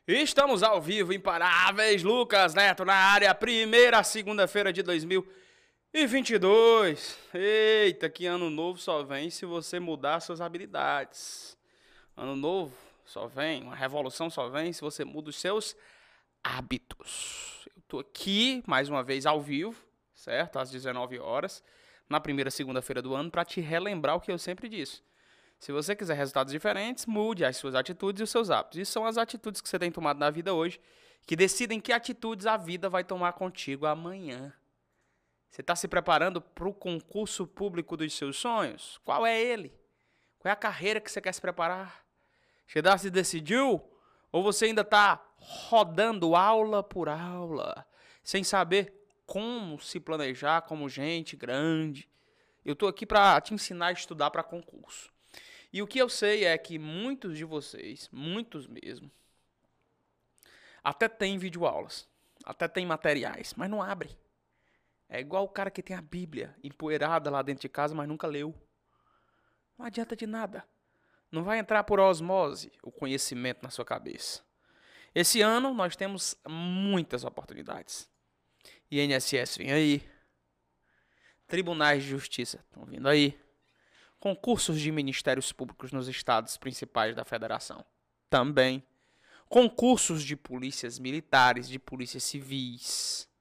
Estamos ao vivo, imparáveis, Lucas Neto na área, primeira segunda-feira de 2022. Eita, que ano novo só vem se você mudar suas habilidades. Ano novo só vem, uma revolução só vem se você muda os seus hábitos. Eu tô aqui, mais uma vez, ao vivo, certo? Às 19 horas, na primeira segunda-feira do ano, para te relembrar o que eu sempre disse. Se você quiser resultados diferentes, mude as suas atitudes e os seus hábitos. Isso são as atitudes que você tem tomado na vida hoje, que decidem que atitudes a vida vai tomar contigo amanhã. Você está se preparando para o concurso público dos seus sonhos? Qual é ele? Qual é a carreira que você quer se preparar? Você já se decidiu? Ou você ainda está rodando aula por aula, sem saber como se planejar como gente grande? Eu estou aqui para te ensinar a estudar para concurso. E o que eu sei é que muitos de vocês, muitos mesmo, até tem videoaulas, até tem materiais, mas não abre. É igual o cara que tem a Bíblia empoeirada lá dentro de casa, mas nunca leu. Não adianta de nada. Não vai entrar por osmose o conhecimento na sua cabeça. Esse ano nós temos muitas oportunidades. INSS vem aí. Tribunais de Justiça estão vindo aí. Concursos de ministérios públicos nos estados principais da federação. Também. Concursos de polícias militares, de polícias civis.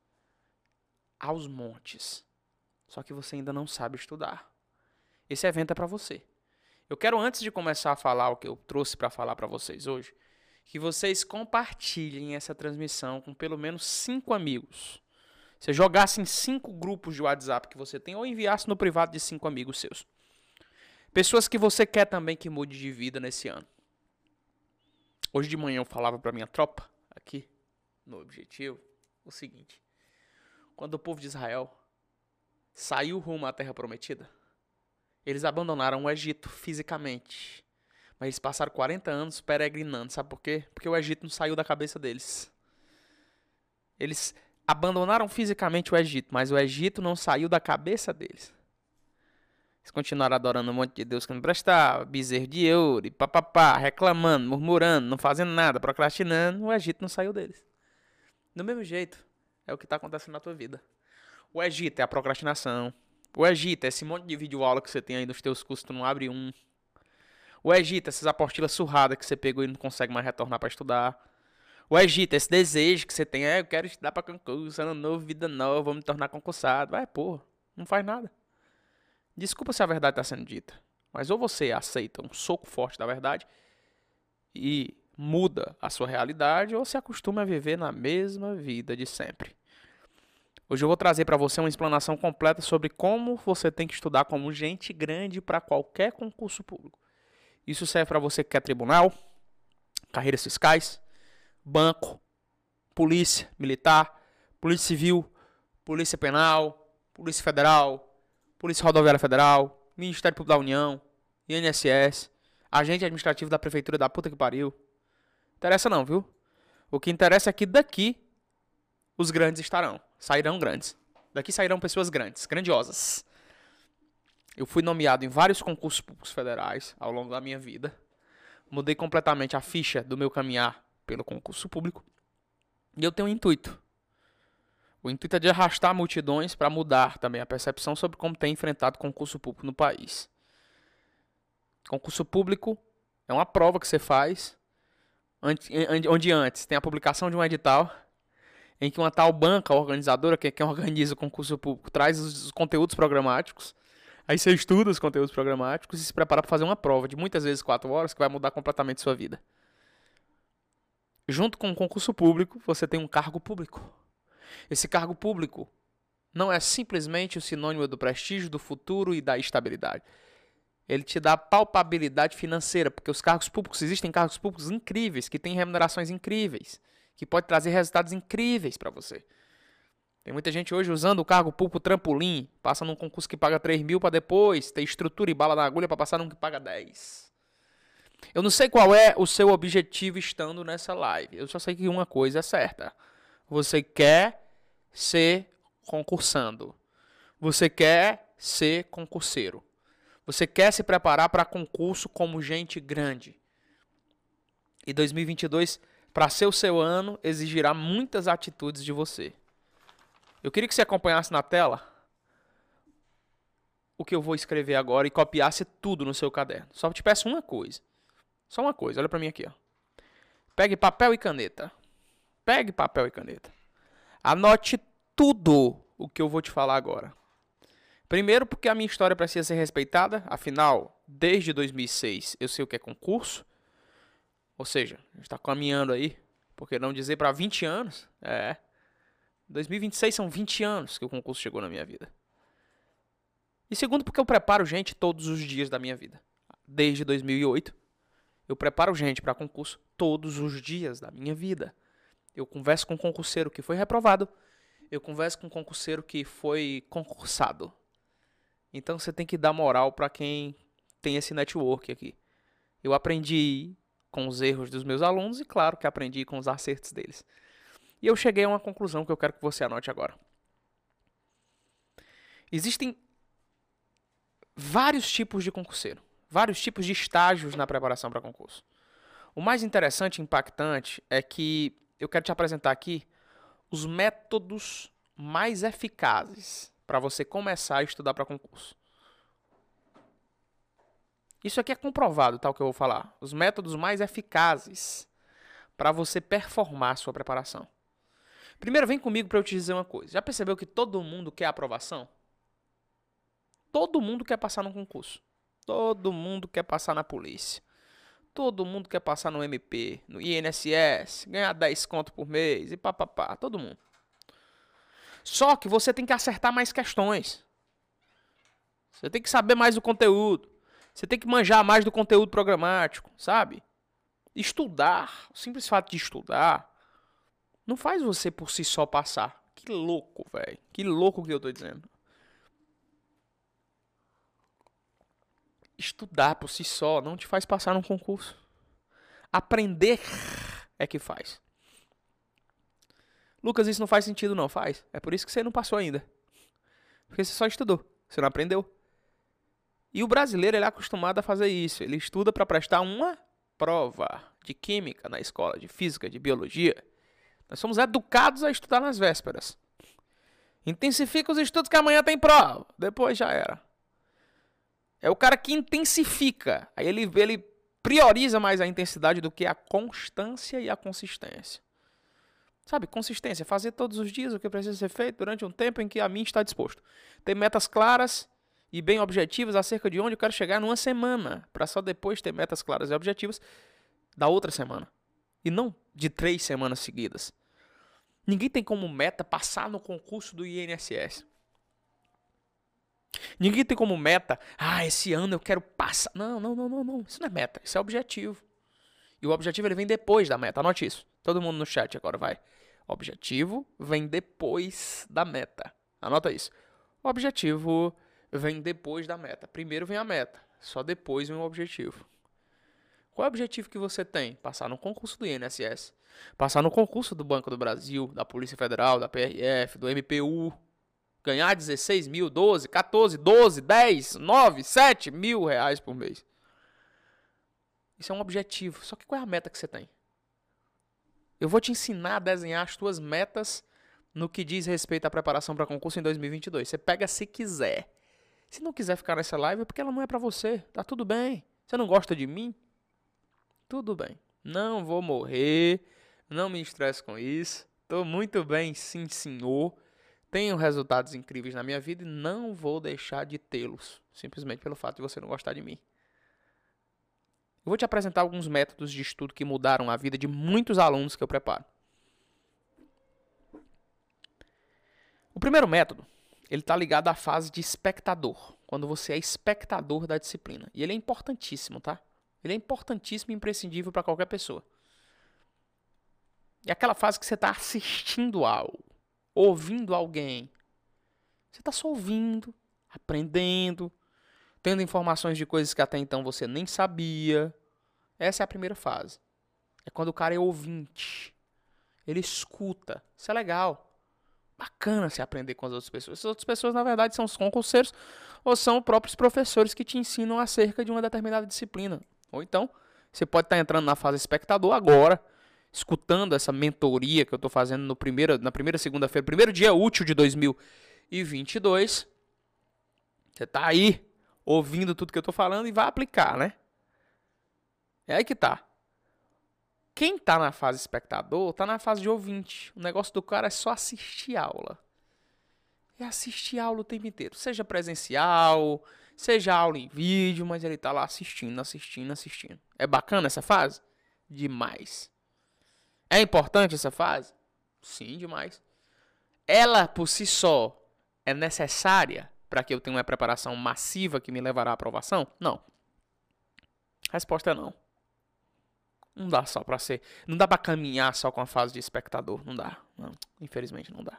Aos montes. Só que você ainda não sabe estudar. Esse evento é para você. Eu quero, antes de começar a falar o que eu trouxe para falar para vocês hoje, que vocês compartilhem essa transmissão com pelo menos 5 amigos. Você jogasse em 5 grupos de WhatsApp que você tem ou enviasse no privado de 5 amigos seus. Pessoas que você quer também que mude de vida nesse ano. Hoje de manhã eu falava para minha tropa, aqui no Objetivo, o seguinte. Quando o povo de Israel saiu rumo à Terra Prometida, eles abandonaram o Egito fisicamente. Mas eles passaram 40 anos peregrinando. Sabe por quê? Porque o Egito não saiu da cabeça deles. Eles abandonaram fisicamente o Egito, mas o Egito não saiu da cabeça deles. Eles continuaram adorando um monte de Deus que não prestava, bezerro de ouro, e papapá, reclamando, murmurando, não fazendo nada, procrastinando. O Egito não saiu deles. Do mesmo jeito, é o que está acontecendo na tua vida. O Egito é a procrastinação. O Egito é esse monte de videoaula que você tem aí nos teus cursos, tu não abre um. O Egito é essas apostilas surradas que você pegou e não consegue mais retornar para estudar. O Egito é esse desejo que você tem, eu quero estudar para concurso, ano novo, vida nova, vou me tornar concursado. Vai, porra, não faz nada. Desculpa se a verdade está sendo dita, mas ou você aceita um soco forte da verdade e muda a sua realidade, ou se acostuma a viver na mesma vida de sempre. Hoje eu vou trazer para você uma explanação completa sobre como você tem que estudar como gente grande para qualquer concurso público. Isso serve para você que quer tribunal, carreiras fiscais, banco, polícia militar, polícia civil, polícia penal, polícia federal, Polícia Rodoviária Federal, Ministério Público da União, INSS, agente administrativo da Prefeitura da puta que pariu. Interessa não, viu? O que interessa é que daqui os grandes sairão grandes. Daqui sairão pessoas grandes, grandiosas. Eu fui nomeado em vários concursos públicos federais ao longo da minha vida. Mudei completamente a ficha do meu caminhar pelo concurso público. E eu tenho um intuito. O intuito é de arrastar multidões para mudar também a percepção sobre como tem enfrentado concurso público no país. Concurso público é uma prova que você faz, onde antes tem a publicação de um edital, em que uma tal banca organizadora, que é quem organiza o concurso público, traz os conteúdos programáticos. Aí você estuda os conteúdos programáticos e se prepara para fazer uma prova de muitas vezes 4 horas que vai mudar completamente sua vida. Junto com o concurso público, você tem um cargo público. Esse cargo público não é simplesmente o sinônimo do prestígio, do futuro e da estabilidade. Ele te dá palpabilidade financeira, porque os cargos públicos, existem cargos públicos incríveis, que têm remunerações incríveis, que podem trazer resultados incríveis para você. Tem muita gente hoje usando o cargo público trampolim, passa num concurso que paga 3 mil para depois ter estrutura e bala na agulha para passar num que paga 10. Eu não sei qual é o seu objetivo estando nessa live, eu só sei que uma coisa é certa. Você quer ser concursando. Você quer ser concurseiro. Você quer se preparar para concurso como gente grande. E 2022 para ser o seu ano, exigirá muitas atitudes de você. Eu queria que você acompanhasse na tela o que eu vou escrever agora e copiasse tudo no seu caderno. Só te peço uma coisa. Só uma coisa, olha para mim aqui, ó. Pegue papel e caneta. Pegue papel e caneta. Anote tudo o que eu vou te falar agora. Primeiro, porque a minha história precisa ser respeitada. Afinal, desde 2006 eu sei o que é concurso. Ou seja, a gente está caminhando aí, por que não dizer para 20 anos? 2026 são 20 anos que o concurso chegou na minha vida. E segundo, porque eu preparo gente todos os dias da minha vida. Desde 2008, eu preparo gente para concurso todos os dias da minha vida. Eu converso com um concurseiro que foi reprovado. Eu converso com um concurseiro que foi concursado. Então você tem que dar moral para quem tem esse network aqui. Eu aprendi com os erros dos meus alunos e claro que aprendi com os acertos deles. E eu cheguei a uma conclusão que eu quero que você anote agora. Existem vários tipos de concurseiro, vários tipos de estágios na preparação para concurso. O mais interessante e impactante é que eu quero te apresentar aqui os métodos mais eficazes para você começar a estudar para concurso. Isso aqui é comprovado, tá, o que eu vou falar. Os métodos mais eficazes para você performar a sua preparação. Primeiro, vem comigo para eu te dizer uma coisa. Já percebeu que todo mundo quer aprovação? Todo mundo quer passar no concurso. Todo mundo quer passar na polícia. Todo mundo quer passar no MP, no INSS, ganhar 10 conto por mês e papapá. Todo mundo. Só que você tem que acertar mais questões. Você tem que saber mais do conteúdo. Você tem que manjar mais do conteúdo programático, sabe? Estudar, o simples fato de estudar, não faz você por si só passar. Que louco, velho. Que louco que eu tô dizendo. Estudar por si só não te faz passar num concurso. Aprender é que faz. Lucas, isso não faz sentido não, faz. É por isso que você não passou ainda. Porque você só estudou, você não aprendeu. E o brasileiro, ele é acostumado a fazer isso. Ele estuda para prestar uma prova de química na escola, de física, de biologia. Nós somos educados a estudar nas vésperas. Intensifica os estudos que amanhã tem prova. Depois já era. É o cara que intensifica. Aí ele prioriza mais a intensidade do que a constância e a consistência. Sabe, consistência, fazer todos os dias o que precisa ser feito durante um tempo em que a mim está disposto. Ter metas claras e bem objetivas acerca de onde eu quero chegar numa semana, para só depois ter metas claras e objetivas da outra semana. E não de 3 semanas seguidas. Ninguém tem como meta passar no concurso do INSS. Ninguém tem como meta, esse ano eu quero passar. Não. Isso não é meta, isso é objetivo. E o objetivo ele vem depois da meta. Anote isso. Todo mundo no chat agora vai. O objetivo vem depois da meta. Anota isso. O objetivo vem depois da meta. Primeiro vem a meta, só depois vem o objetivo. Qual é o objetivo que você tem? Passar no concurso do INSS. Passar no concurso do Banco do Brasil, da Polícia Federal, da PRF, do MPU. Ganhar 16 mil, 12, 14, 12, 10, 9, 7 mil reais por mês. Isso é um objetivo. Só que qual é a meta que você tem? Eu vou te ensinar a desenhar as tuas metas no que diz respeito à preparação para concurso em 2022. Você pega se quiser. Se não quiser ficar nessa live é porque ela não é para você. Tá tudo bem. Você não gosta de mim? Tudo bem. Não vou morrer. Não me estresse com isso. Tô muito bem, sim, senhor. Tenho resultados incríveis na minha vida e não vou deixar de tê-los. Simplesmente pelo fato de você não gostar de mim. Eu vou te apresentar alguns métodos de estudo que mudaram a vida de muitos alunos que eu preparo. O primeiro método, ele está ligado à fase de espectador, quando você é espectador da disciplina. E ele é importantíssimo, tá? Ele é importantíssimo e imprescindível para qualquer pessoa. É aquela fase que você está assistindo algo, ouvindo alguém. Você está só ouvindo, aprendendo, tendo informações de coisas que até então você nem sabia. Essa é a primeira fase. É quando o cara é ouvinte. Ele escuta. Isso é legal. Bacana você aprender com as outras pessoas. As outras pessoas, na verdade, são os concurseiros ou são os próprios professores que te ensinam acerca de uma determinada disciplina. Ou então, você pode estar entrando na fase espectador agora escutando essa mentoria que eu estou fazendo na primeira segunda-feira, primeiro dia útil de 2022, você está aí ouvindo tudo que eu estou falando e vai aplicar, né? É aí que tá. Quem tá na fase espectador, tá na fase de ouvinte. O negócio do cara é só assistir aula. É assistir aula o tempo inteiro. Seja presencial, seja aula em vídeo, mas ele tá lá assistindo. É bacana essa fase? Demais. É importante essa fase? Sim, demais. Ela, por si só, é necessária para que eu tenha uma preparação massiva que me levará à aprovação? Não. Resposta é não. Não dá só pra ser. Não dá pra caminhar só com a fase de espectador. Não dá. Não, infelizmente não dá.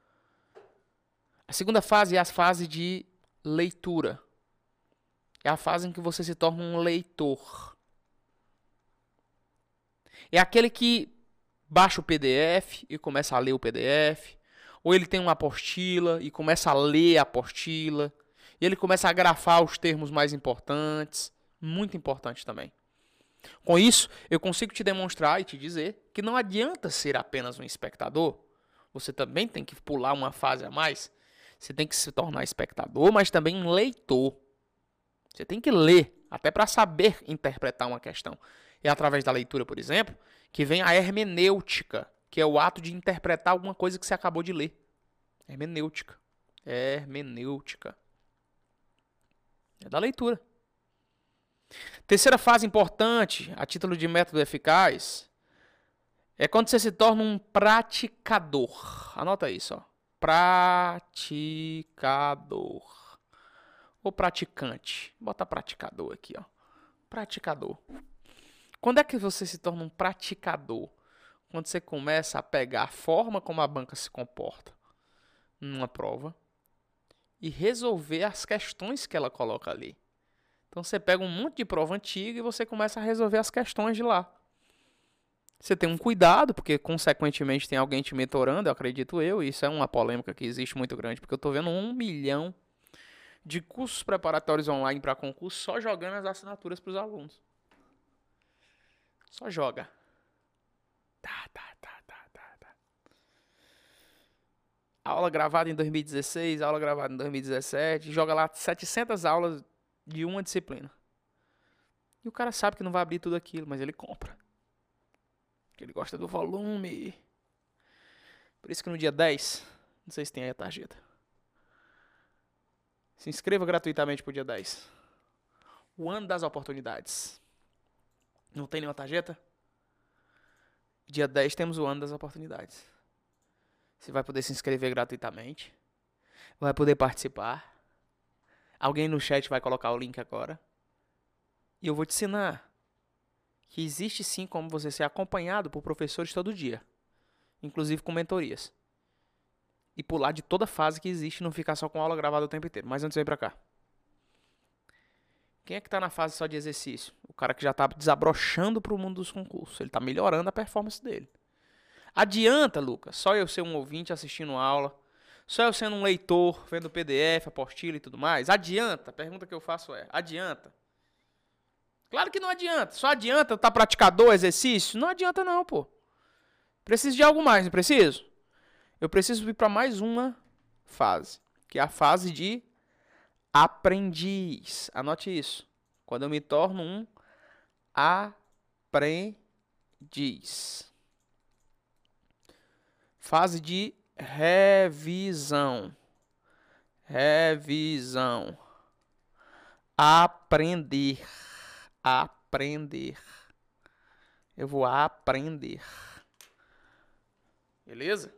A segunda fase é a fase de leitura. É a fase em que você se torna um leitor. É aquele que baixa o PDF e começa a ler o PDF. Ou ele tem uma apostila e começa a ler a apostila. E ele começa a grafar os termos mais importantes. Muito importante também. Com isso, eu consigo te demonstrar e te dizer que não adianta ser apenas um espectador. Você também tem que pular uma fase a mais. Você tem que se tornar espectador, mas também um leitor. Você tem que ler, até para saber interpretar uma questão. É através da leitura, por exemplo, que vem a hermenêutica, que é o ato de interpretar alguma coisa que você acabou de ler. Hermenêutica. Hermenêutica. É da leitura. Terceira fase importante, a título de método eficaz, é quando você se torna um praticador. Anota isso, ó. Praticador. Ou praticante. Bota praticador aqui, ó. Praticador. Quando é que você se torna um praticador? Quando você começa a pegar a forma como a banca se comporta numa prova e resolver as questões que ela coloca ali. Então você pega um monte de prova antiga e você começa a resolver as questões de lá. Você tem um cuidado, porque consequentemente tem alguém te mentorando, eu acredito eu, e isso é uma polêmica que existe muito grande, porque eu estou vendo 1 milhão de cursos preparatórios online para concurso só jogando as assinaturas para os alunos. Só joga. Tá. Aula gravada em 2016, aula gravada em 2017, joga lá 700 aulas de uma disciplina. E o cara sabe que não vai abrir tudo aquilo, mas ele compra. Porque ele gosta do volume. Por isso que no dia 10, não sei se tem aí a tarjeta. Se inscreva gratuitamente pro dia 10. O ano das oportunidades. Não tem nenhuma tarjeta? Dia 10 temos o ano das oportunidades. Você vai poder se inscrever gratuitamente. Vai poder participar. Alguém no chat vai colocar o link agora. E eu vou te ensinar que existe sim como você ser acompanhado por professores todo dia. Inclusive com mentorias. E pular de toda fase que existe e não ficar só com aula gravada o tempo inteiro. Mas antes vem pra cá. Quem é que tá na fase só de exercício? O cara que já tá desabrochando pro mundo dos concursos. Ele tá melhorando a performance dele. Adianta, Lucas, só eu ser um ouvinte assistindo aula. Só eu sendo um leitor, vendo PDF, apostila e tudo mais. Adianta? A pergunta que eu faço é, adianta? Claro que não adianta. Só adianta eu estar praticador, exercício? Não adianta não, pô. Preciso de algo mais, não preciso? Eu preciso ir para mais uma fase, que é a fase de aprendiz. Anote isso. Quando eu me torno um aprendiz. Fase de revisão. Revisão. Aprender. Aprender. Eu vou aprender. Beleza?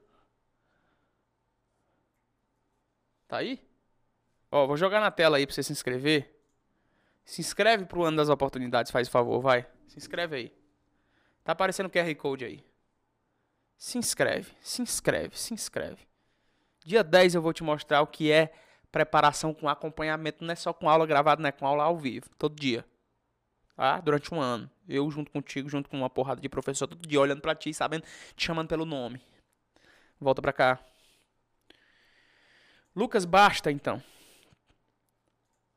Tá aí? Ó, vou jogar na tela aí pra você se inscrever. Se inscreve pro ano das oportunidades, faz favor, vai. Se inscreve aí. Tá aparecendo o QR Code aí. Se inscreve, se inscreve, se inscreve. Dia 10 eu vou te mostrar o que é preparação com acompanhamento. Não é só com aula gravada, não é com aula ao vivo. Todo dia. Tá? Durante um ano. Eu junto contigo, junto com uma porrada de professor, todo dia olhando pra ti, sabendo, te chamando pelo nome. Volta pra cá. Lucas, basta então.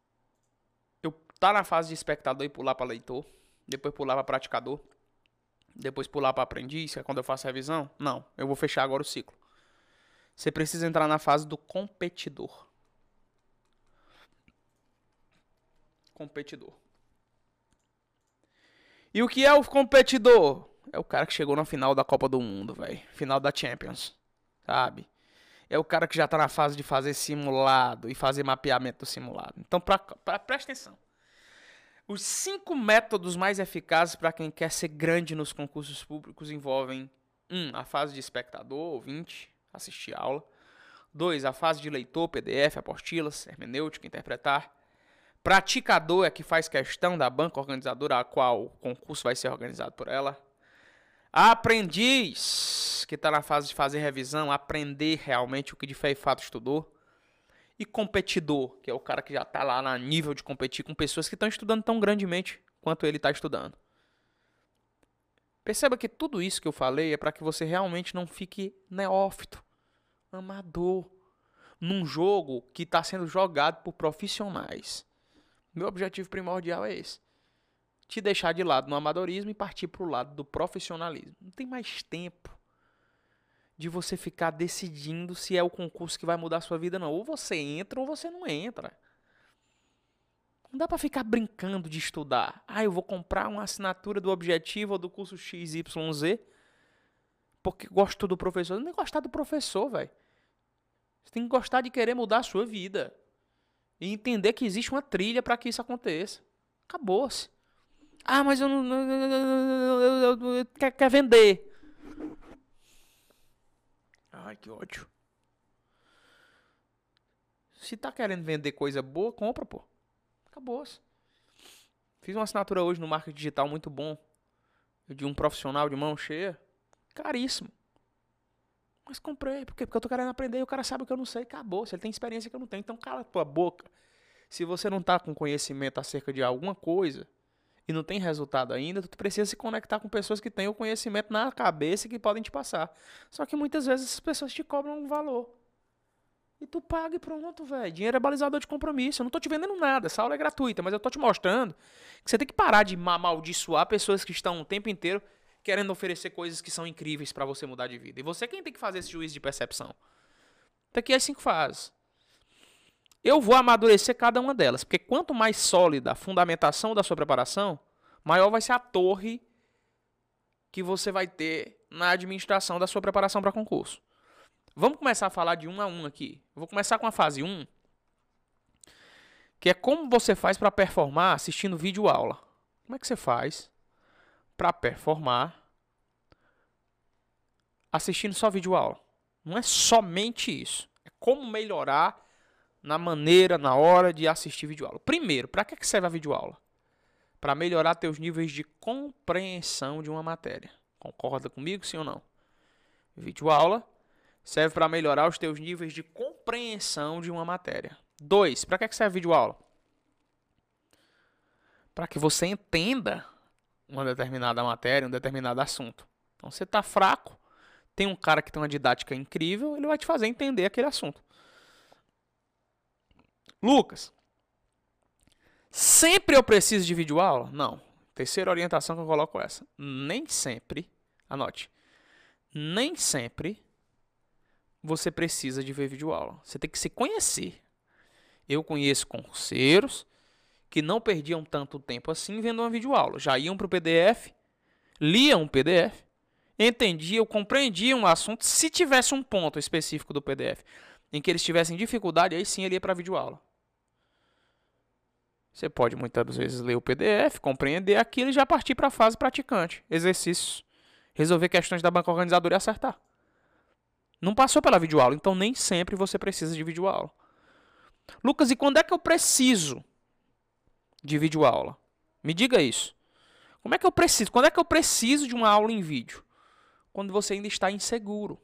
Eu tá na fase de espectador e pular pra leitor. Depois pular pra praticador. depois pular para aprendiz, que é quando eu faço revisão. Não, eu vou fechar agora o ciclo. Você precisa entrar na fase do competidor. Competidor. E o que é o competidor? É o cara que chegou na final da Copa do Mundo, velho. Final da Champions. Sabe? É o cara que já tá na fase de fazer simulado e fazer mapeamento do simulado. Então, presta atenção. Os 5 métodos mais eficazes para quem quer ser grande nos concursos públicos envolvem 1. A fase de espectador, ouvinte, assistir aula. 2. A fase de leitor, PDF, apostilas, hermenêutica, interpretar. Praticador é que faz questão da banca organizadora a qual o concurso vai ser organizado por ela. Aprendiz, que está na fase de fazer revisão, aprender realmente o que de fé e fato estudou. E competidor, que é o cara que já está lá no nível de competir com pessoas que estão estudando tão grandemente quanto ele está estudando. Perceba que tudo isso que eu falei é para que você realmente não fique neófito, amador, num jogo que está sendo jogado por profissionais. Meu objetivo primordial é esse. Te deixar de lado no amadorismo e partir para o lado do profissionalismo. Não tem mais tempo de você ficar decidindo se é o concurso que vai mudar a sua vida, não. Ou você entra ou você não entra. Não dá para ficar brincando de estudar. Eu vou comprar uma assinatura do Objetivo ou do curso XYZ porque gosto do professor. Não tem que gostar do professor, velho. Você tem que gostar de querer mudar a sua vida. E entender que existe uma trilha para que isso aconteça. Acabou-se. Mas eu não... Quer vender. Ai, que ódio. Se tá querendo vender coisa boa, compra, pô. Acabou-se. Fiz uma assinatura hoje no marketing digital muito bom. De um profissional de mão cheia. Caríssimo. Mas comprei. Por quê? Porque eu tô querendo aprender e o cara sabe o que eu não sei. Acabou. Se ele tem experiência que eu não tenho. Então cala a tua boca. Se você não tá com conhecimento acerca de alguma coisa e não tem resultado ainda, tu precisa se conectar com pessoas que têm o conhecimento na cabeça e que podem te passar. Só que muitas vezes essas pessoas te cobram um valor. E tu paga e pronto, velho. Dinheiro é balizador de compromisso. Eu não tô te vendendo nada. Essa aula é gratuita, mas eu tô te mostrando que você tem que parar de amaldiçoar pessoas que estão o tempo inteiro querendo oferecer coisas que são incríveis pra você mudar de vida. E você quem tem que fazer esse juízo de percepção. Tá aqui as 5 fases. Eu vou amadurecer cada uma delas, porque quanto mais sólida a fundamentação da sua preparação, maior vai ser a torre que você vai ter na administração da sua preparação para concurso. Vamos começar a falar de um a um aqui. Eu vou começar com a fase 1, que é como você faz para performar assistindo vídeo aula. Como é que você faz para performar assistindo só vídeo aula? Não é somente isso. É como melhorar na maneira, na hora de assistir videoaula. Primeiro, para que serve a videoaula? Para melhorar teus níveis de compreensão de uma matéria. Concorda comigo, sim ou não? Videoaula serve para melhorar os teus níveis de compreensão de uma matéria. 2, para que serve a videoaula? Para que você entenda uma determinada matéria, um determinado assunto. Então, você está fraco, tem um cara que tem uma didática incrível, ele vai te fazer entender aquele assunto. Lucas, sempre eu preciso de videoaula? Não. Terceira orientação que eu coloco é essa. Nem sempre, anote, nem sempre você precisa de ver videoaula. Você tem que se conhecer. Eu conheço concurseiros que não perdiam tanto tempo assim vendo uma videoaula. Já iam para o PDF, liam o PDF, entendiam, compreendiam o assunto. Se tivesse um ponto específico do PDF em que eles tivessem dificuldade, aí sim ele ia para a videoaula. Você pode muitas vezes ler o PDF, compreender aquilo e já partir para a fase praticante. Exercícios. Resolver questões da banca organizadora e acertar. Não passou pela videoaula, então nem sempre você precisa de videoaula. Lucas, e quando é que eu preciso de videoaula? Me diga isso. Como é que eu preciso? Quando é que eu preciso de uma aula em vídeo? Quando você ainda está inseguro.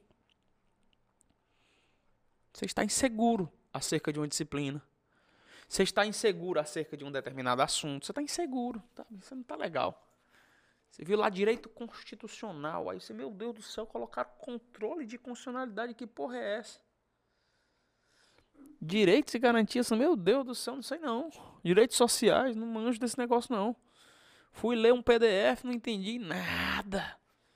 Você está inseguro acerca de uma disciplina. Você está inseguro acerca de um determinado assunto. Você está inseguro. Você não está legal. Você viu lá direito constitucional. Aí você, meu Deus do céu, colocar controle de constitucionalidade. Que porra é essa? Direitos e garantias. Meu Deus do céu, não sei não. Direitos sociais, não manjo desse negócio não. Fui ler um PDF, não entendi nada.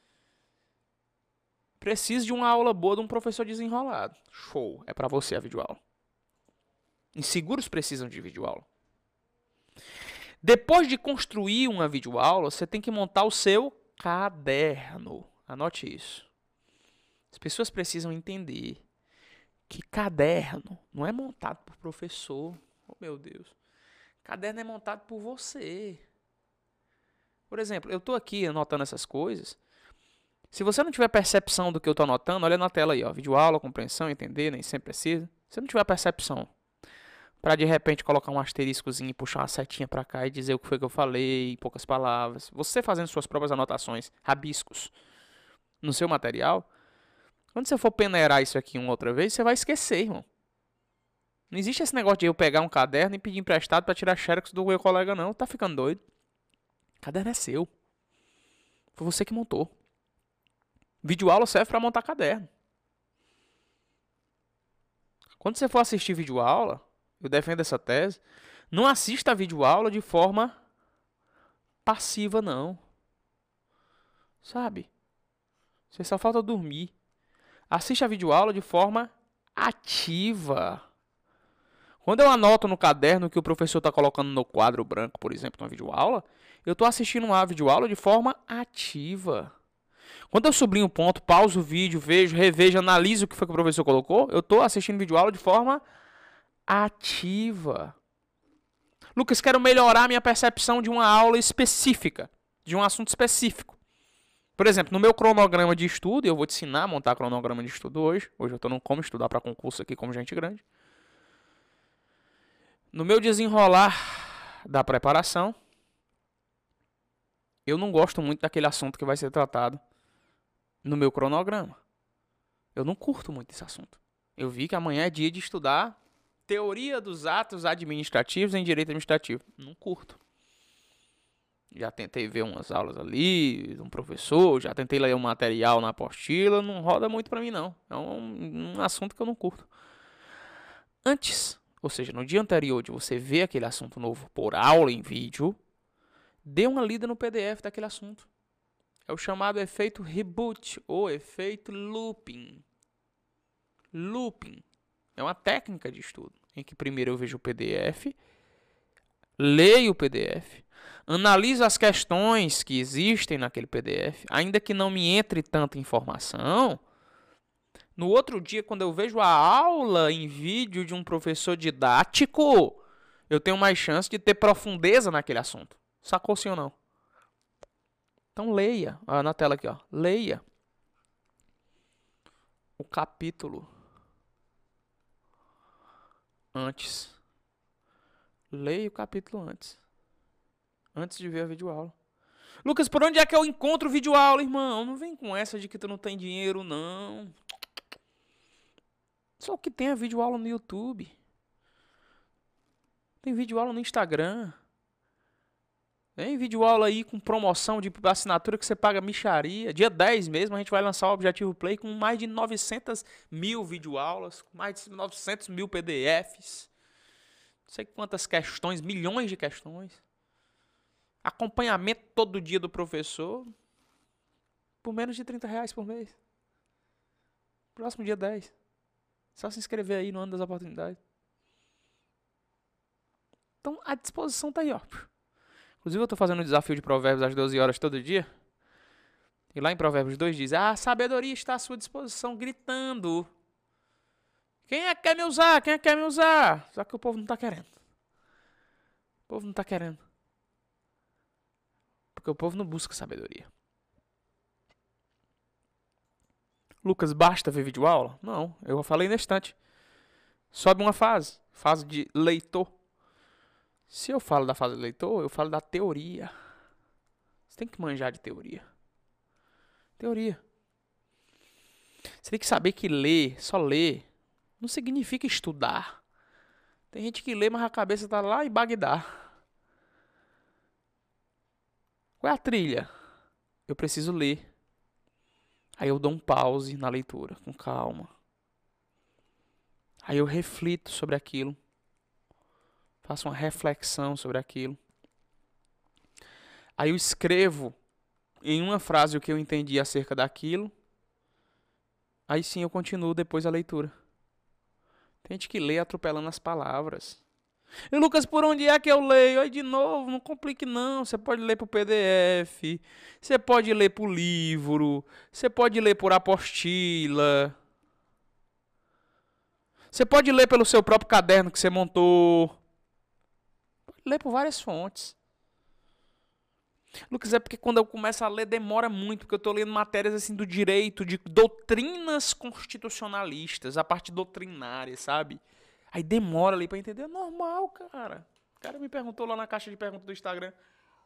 Preciso de uma aula boa de um professor desenrolado. Show, é pra você a videoaula. Inseguros precisam de videoaula. Depois de construir uma videoaula, você tem que montar o seu caderno. Anote isso. As pessoas precisam entender que caderno não é montado por professor. Oh, meu Deus. Caderno é montado por você. Por exemplo, eu estou aqui anotando essas coisas. Se você não tiver percepção do que eu estou anotando, olha na tela aí, ó, videoaula, compreensão, entender, nem sempre precisa. Se não tiver percepção, para de repente colocar um asteriscozinho e puxar uma setinha para cá e dizer o que foi que eu falei, em poucas palavras. Você fazendo suas próprias anotações, rabiscos, no seu material. Quando você for peneirar isso aqui uma outra vez, você vai esquecer, irmão. Não existe esse negócio de eu pegar um caderno e pedir emprestado para tirar xerox do meu colega, não. Tá ficando doido. O caderno é seu. Foi você que montou. Videoaula serve para montar caderno. Quando você for assistir videoaula, eu defendo essa tese, não assista a videoaula de forma passiva, não. Sabe? Você só falta dormir. Assiste a videoaula de forma ativa. Quando eu anoto no caderno que o professor está colocando no quadro branco, por exemplo, numa videoaula, eu estou assistindo uma videoaula de forma ativa. Quando eu sublinho um ponto, pauso o vídeo, vejo, revejo, analiso o que foi que o professor colocou, eu estou assistindo videoaula de forma ativa. Lucas, quero melhorar minha percepção de uma aula específica, de um assunto específico. Por exemplo, no meu cronograma de estudo, eu vou te ensinar a montar cronograma de estudo hoje. Hoje eu estou no Como Estudar para Concurso aqui como gente grande. No meu desenrolar da preparação, eu não gosto muito daquele assunto que vai ser tratado no meu cronograma. Eu não curto muito esse assunto. Eu vi que amanhã é dia de estudar teoria dos atos administrativos em direito administrativo. Não curto. Já tentei ver umas aulas ali, de um professor, já tentei ler um material na apostila, não roda muito pra mim não. É um assunto que eu não curto. Antes, ou seja, no dia anterior de você ver aquele assunto novo por aula em vídeo, dê uma lida no PDF daquele assunto. É o chamado efeito reboot ou efeito looping. Looping é uma técnica de estudo em que primeiro eu vejo o PDF, leio o PDF, analiso as questões que existem naquele PDF, ainda que não me entre tanta informação. No outro dia, quando eu vejo a aula em vídeo de um professor didático, eu tenho mais chance de ter profundeza naquele assunto. Sacou sim ou não? Então leia, na tela aqui, ó. Leia o capítulo antes. Leia o capítulo antes. Antes de ver a videoaula. Lucas, por onde é que eu encontro videoaula, irmão? Não vem com essa de que tu não tem dinheiro, não. Só que tem a videoaula no YouTube. Tem videoaula no Instagram. Tem videoaula aí com promoção de assinatura que você paga mixaria. Dia 10 mesmo a gente vai lançar o Objetivo Play com mais de 900 mil videoaulas, com mais de 900 mil PDFs. Não sei quantas questões, milhões de questões. Acompanhamento todo dia do professor. Por menos de R$ 30 por mês. Próximo dia 10. Só se inscrever aí no ano das oportunidades. Então a disposição tá aí, ó. Inclusive eu tô fazendo um desafio de provérbios às 12 horas todo dia. E lá em Provérbios 2 diz: a sabedoria está à sua disposição, gritando. Quem é que quer me usar? Quem é que quer me usar? Só que o povo não tá querendo. O povo não tá querendo. Porque o povo não busca sabedoria. Lucas, basta ver videoaula? Não, eu falei na estante. Sobe uma fase. Fase de leitor. Se eu falo da fase de leitor, eu falo da teoria. Você tem que manjar de teoria. Teoria. Você tem que saber que ler, só ler, não significa estudar. Tem gente que lê, mas a cabeça tá lá em Bagdá. Qual é a trilha? Eu preciso ler. Aí eu dou um pause na leitura, com calma. Aí eu reflito sobre aquilo. Faço uma reflexão sobre aquilo. Aí eu escrevo em uma frase o que eu entendi acerca daquilo. Aí sim eu continuo depois a leitura. Tem gente que lê atropelando as palavras. E Lucas, por onde é que eu leio? Aí de novo, não complique não. Você pode ler por PDF, você pode ler por livro, você pode ler por apostila, você pode ler pelo seu próprio caderno que você montou. Pode ler por várias fontes. Lucas, é porque quando eu começo a ler demora muito, porque eu estou lendo matérias assim do direito, de doutrinas constitucionalistas, a parte doutrinária, sabe? Aí demora ali pra entender. É normal, cara. O cara me perguntou lá na caixa de perguntas do Instagram.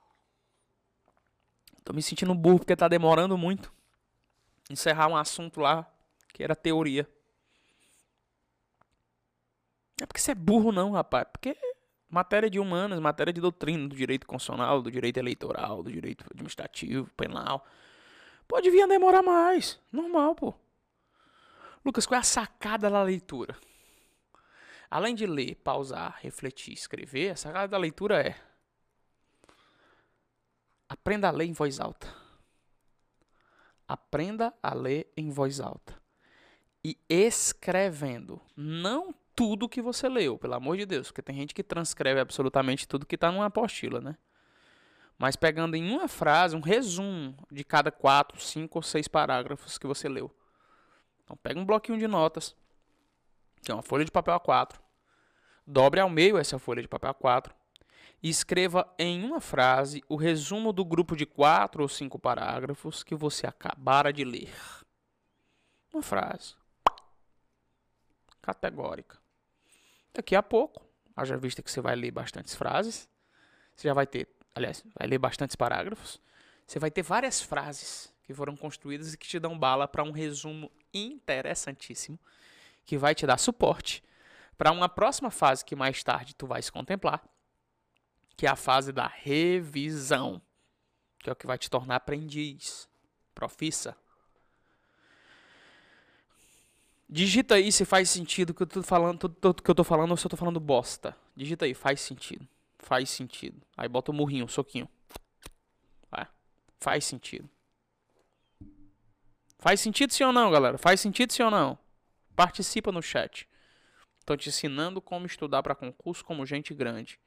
Tô me sentindo burro porque tá demorando muito. Encerrar um assunto lá que era teoria. Não é porque você é burro não, rapaz. Porque matéria de humanas, matéria de doutrina, do direito constitucional, do direito eleitoral, do direito administrativo, penal. Pode vir a demorar mais. Normal, pô. Lucas, qual é a sacada da leitura? Além de ler, pausar, refletir, escrever, a sacada da leitura é: aprenda a ler em voz alta. Aprenda a ler em voz alta. E escrevendo. Não tudo que você leu, pelo amor de Deus. Porque tem gente que transcreve absolutamente tudo que está numa apostila, né? Mas pegando em uma frase, um resumo de cada 4, 5 ou 6 parágrafos que você leu. Então pega um bloquinho de notas, que é uma folha de papel A4. Dobre ao meio essa folha de papel A4. E escreva em uma frase o resumo do grupo de 4 ou 5 parágrafos que você acabara de ler. Uma frase categórica. Daqui a pouco, haja vista que você vai ler bastantes frases, você já vai ter, aliás, vai ler bastantes parágrafos, você vai ter várias frases que foram construídas e que te dão bala para um resumo interessantíssimo, que vai te dar suporte para uma próxima fase que mais tarde tu vais contemplar, que é a fase da revisão, que é o que vai te tornar aprendiz, profissa. Digita aí se faz sentido o que eu tô falando, que eu tô falando ou se eu tô falando bosta. Digita aí, faz sentido. Faz sentido. Aí bota o murrinho, o soquinho. Vai. Faz sentido. Faz sentido sim ou não, galera? Faz sentido sim ou não? Participa no chat. Tô te ensinando como estudar para concurso como gente grande.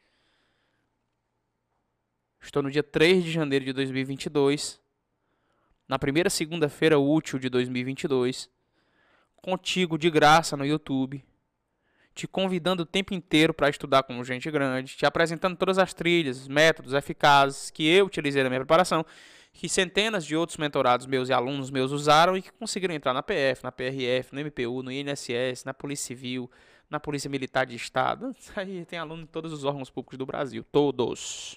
Estou no dia 3 de janeiro de 2022. Na primeira segunda-feira útil de 2022. Contigo de graça no YouTube, te convidando o tempo inteiro para estudar como gente grande, te apresentando todas as trilhas, métodos eficazes que eu utilizei na minha preparação, que centenas de outros mentorados meus e alunos meus usaram e que conseguiram entrar na PF, na PRF, no MPU, no INSS, na Polícia Civil, na Polícia Militar de Estado. Aí tem aluno em todos os órgãos públicos do Brasil, todos.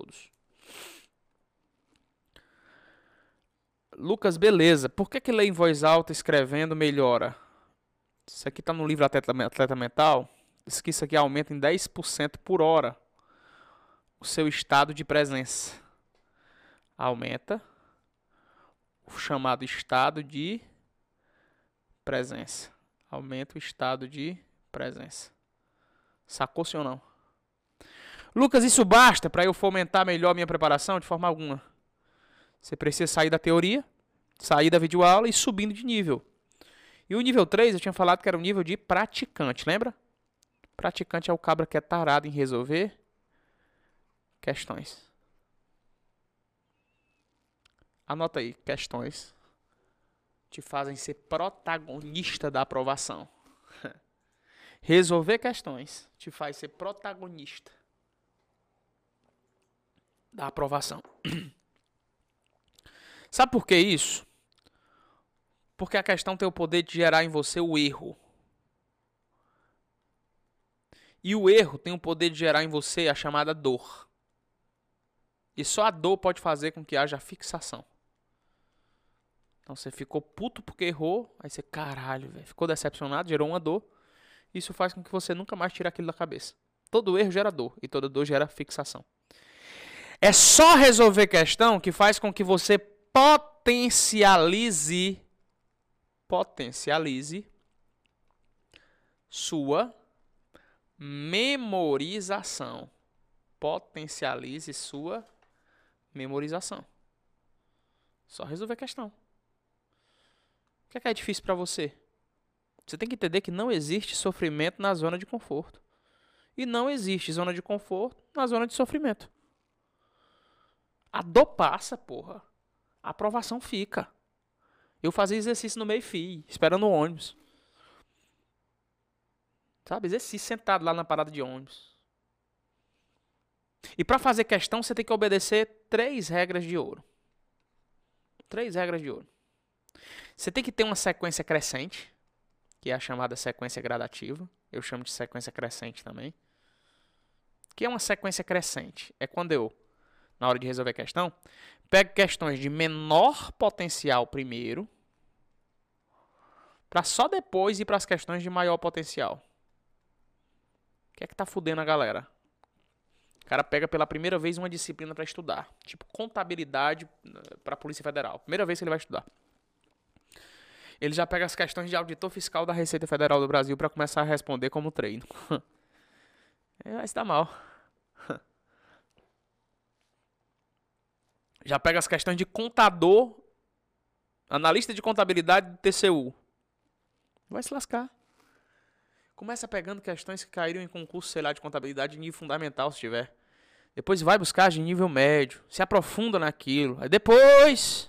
Lucas, beleza. Por que ler em voz alta escrevendo melhora? Isso aqui está no livro Atleta Mental. Diz que isso aqui aumenta em 10% por hora o seu estado de presença. Aumenta o chamado estado de presença. Aumenta o estado de presença. Sacou-se ou não? Lucas, isso basta para eu fomentar melhor minha preparação? De forma alguma. Você precisa sair da teoria, sair da videoaula e subindo de nível. E o nível 3, eu tinha falado que era o nível de praticante, lembra? Praticante é o cabra que é tarado em resolver questões. Anota aí, questões te fazem ser protagonista da aprovação. Resolver questões te faz ser protagonista da aprovação. Sabe por que isso? Porque a questão tem o poder de gerar em você o erro. E o erro tem o poder de gerar em você a chamada dor. E só a dor pode fazer com que haja fixação. Então você ficou puto porque errou, aí você, caralho, velho, ficou decepcionado, gerou uma dor. Isso faz com que você nunca mais tire aquilo da cabeça. Todo erro gera dor e toda dor gera fixação. É só resolver questão que faz com que você potencialize sua memorização. Potencialize sua memorização. Só resolver a questão. O que é difícil para você? Você tem que entender que não existe sofrimento na zona de conforto. E não existe zona de conforto na zona de sofrimento. A dor passa, porra. A aprovação fica. Eu fazia exercício no meio-fio, esperando o ônibus. Sabe? Exercício sentado lá na parada de ônibus. E para fazer questão, você tem que obedecer 3 regras de ouro. 3 regras de ouro. Você tem que ter uma sequência crescente, que é a chamada sequência gradativa. Eu chamo de sequência crescente também. O que é uma sequência crescente? É quando eu, na hora de resolver a questão, pego questões de menor potencial primeiro, para só depois ir para as questões de maior potencial. O que é que tá fudendo a galera? O cara pega pela primeira vez uma disciplina para estudar, tipo contabilidade para a Polícia Federal. Primeira vez que ele vai estudar. Ele já pega as questões de auditor fiscal da Receita Federal do Brasil para começar a responder como treino. Vai se dar mal. Já pega as questões de contador, analista de contabilidade do TCU. Vai se lascar. Começa pegando questões que caíram em concurso, sei lá, de contabilidade de nível fundamental, se tiver. Depois vai buscar de nível médio. Se aprofunda naquilo. Aí depois,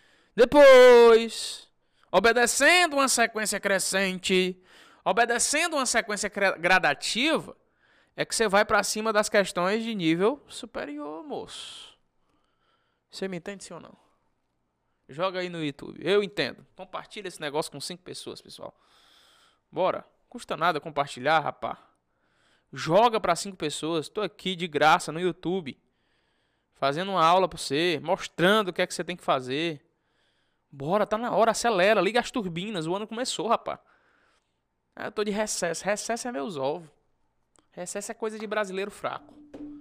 obedecendo uma sequência crescente, obedecendo uma sequência gradativa, é que você vai para cima das questões de nível superior, moço. Você me entende, sim ou não? Joga aí no YouTube. Eu entendo. Compartilha esse negócio com 5 pessoas, pessoal. Bora. Custa nada compartilhar, rapá. Joga para 5 pessoas. Tô aqui de graça no YouTube, fazendo uma aula para você, mostrando o que é que você tem que fazer. Bora, tá na hora, acelera, liga as turbinas. O ano começou, rapá. Eu tô de recesso. Recesso é meus ovos. Recesso é coisa de brasileiro fraco.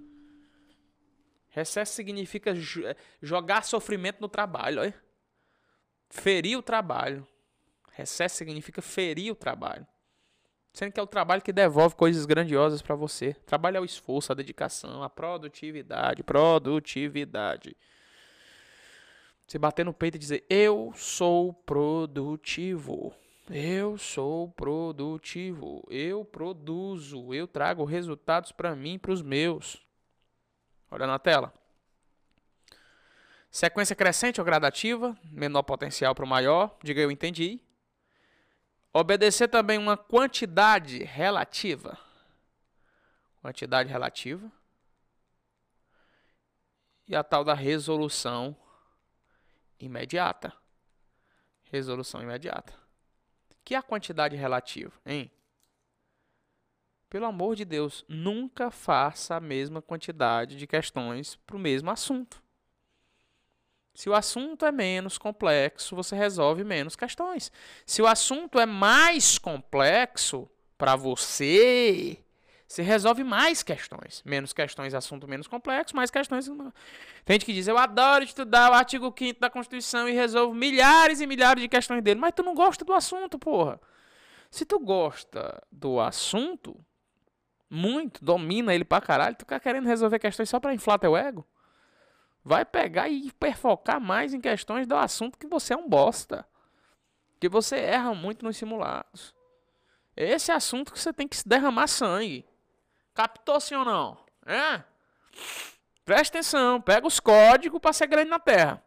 Recesso significa jogar sofrimento no trabalho, olha. Ferir o trabalho. Recesso significa ferir o trabalho. Sendo que é o trabalho que devolve coisas grandiosas para você. Trabalho é o esforço, a dedicação, a produtividade. Produtividade. Você bater no peito e dizer: eu sou produtivo. Eu sou produtivo. Eu produzo. Eu trago resultados para mim e para os meus. Olha na tela. Sequência crescente ou gradativa. Menor potencial para o maior. Diga eu entendi. Obedecer também uma quantidade relativa. Quantidade relativa. E a tal da resolução imediata. Resolução imediata. Que é a quantidade relativa, hein? Pelo amor de Deus, nunca faça a mesma quantidade de questões para o mesmo assunto. Se o assunto é menos complexo, você resolve menos questões. Se o assunto é mais complexo para você, você resolve mais questões. Menos questões, assunto menos complexo, mais questões. Tem gente que diz: eu adoro estudar o artigo 5º da Constituição e resolvo milhares e milhares de questões dele. Mas tu não gosta do assunto, porra. Se tu gosta do assunto muito, domina ele pra caralho, tu fica querendo resolver questões só pra inflar teu ego? Vai pegar e hiperfocar mais em questões do assunto que você é um bosta. Que você erra muito nos simulados. Esse é assunto que você tem que derramar sangue. Captou, sim ou não? É? Presta atenção. Pega os códigos para ser grande na Terra.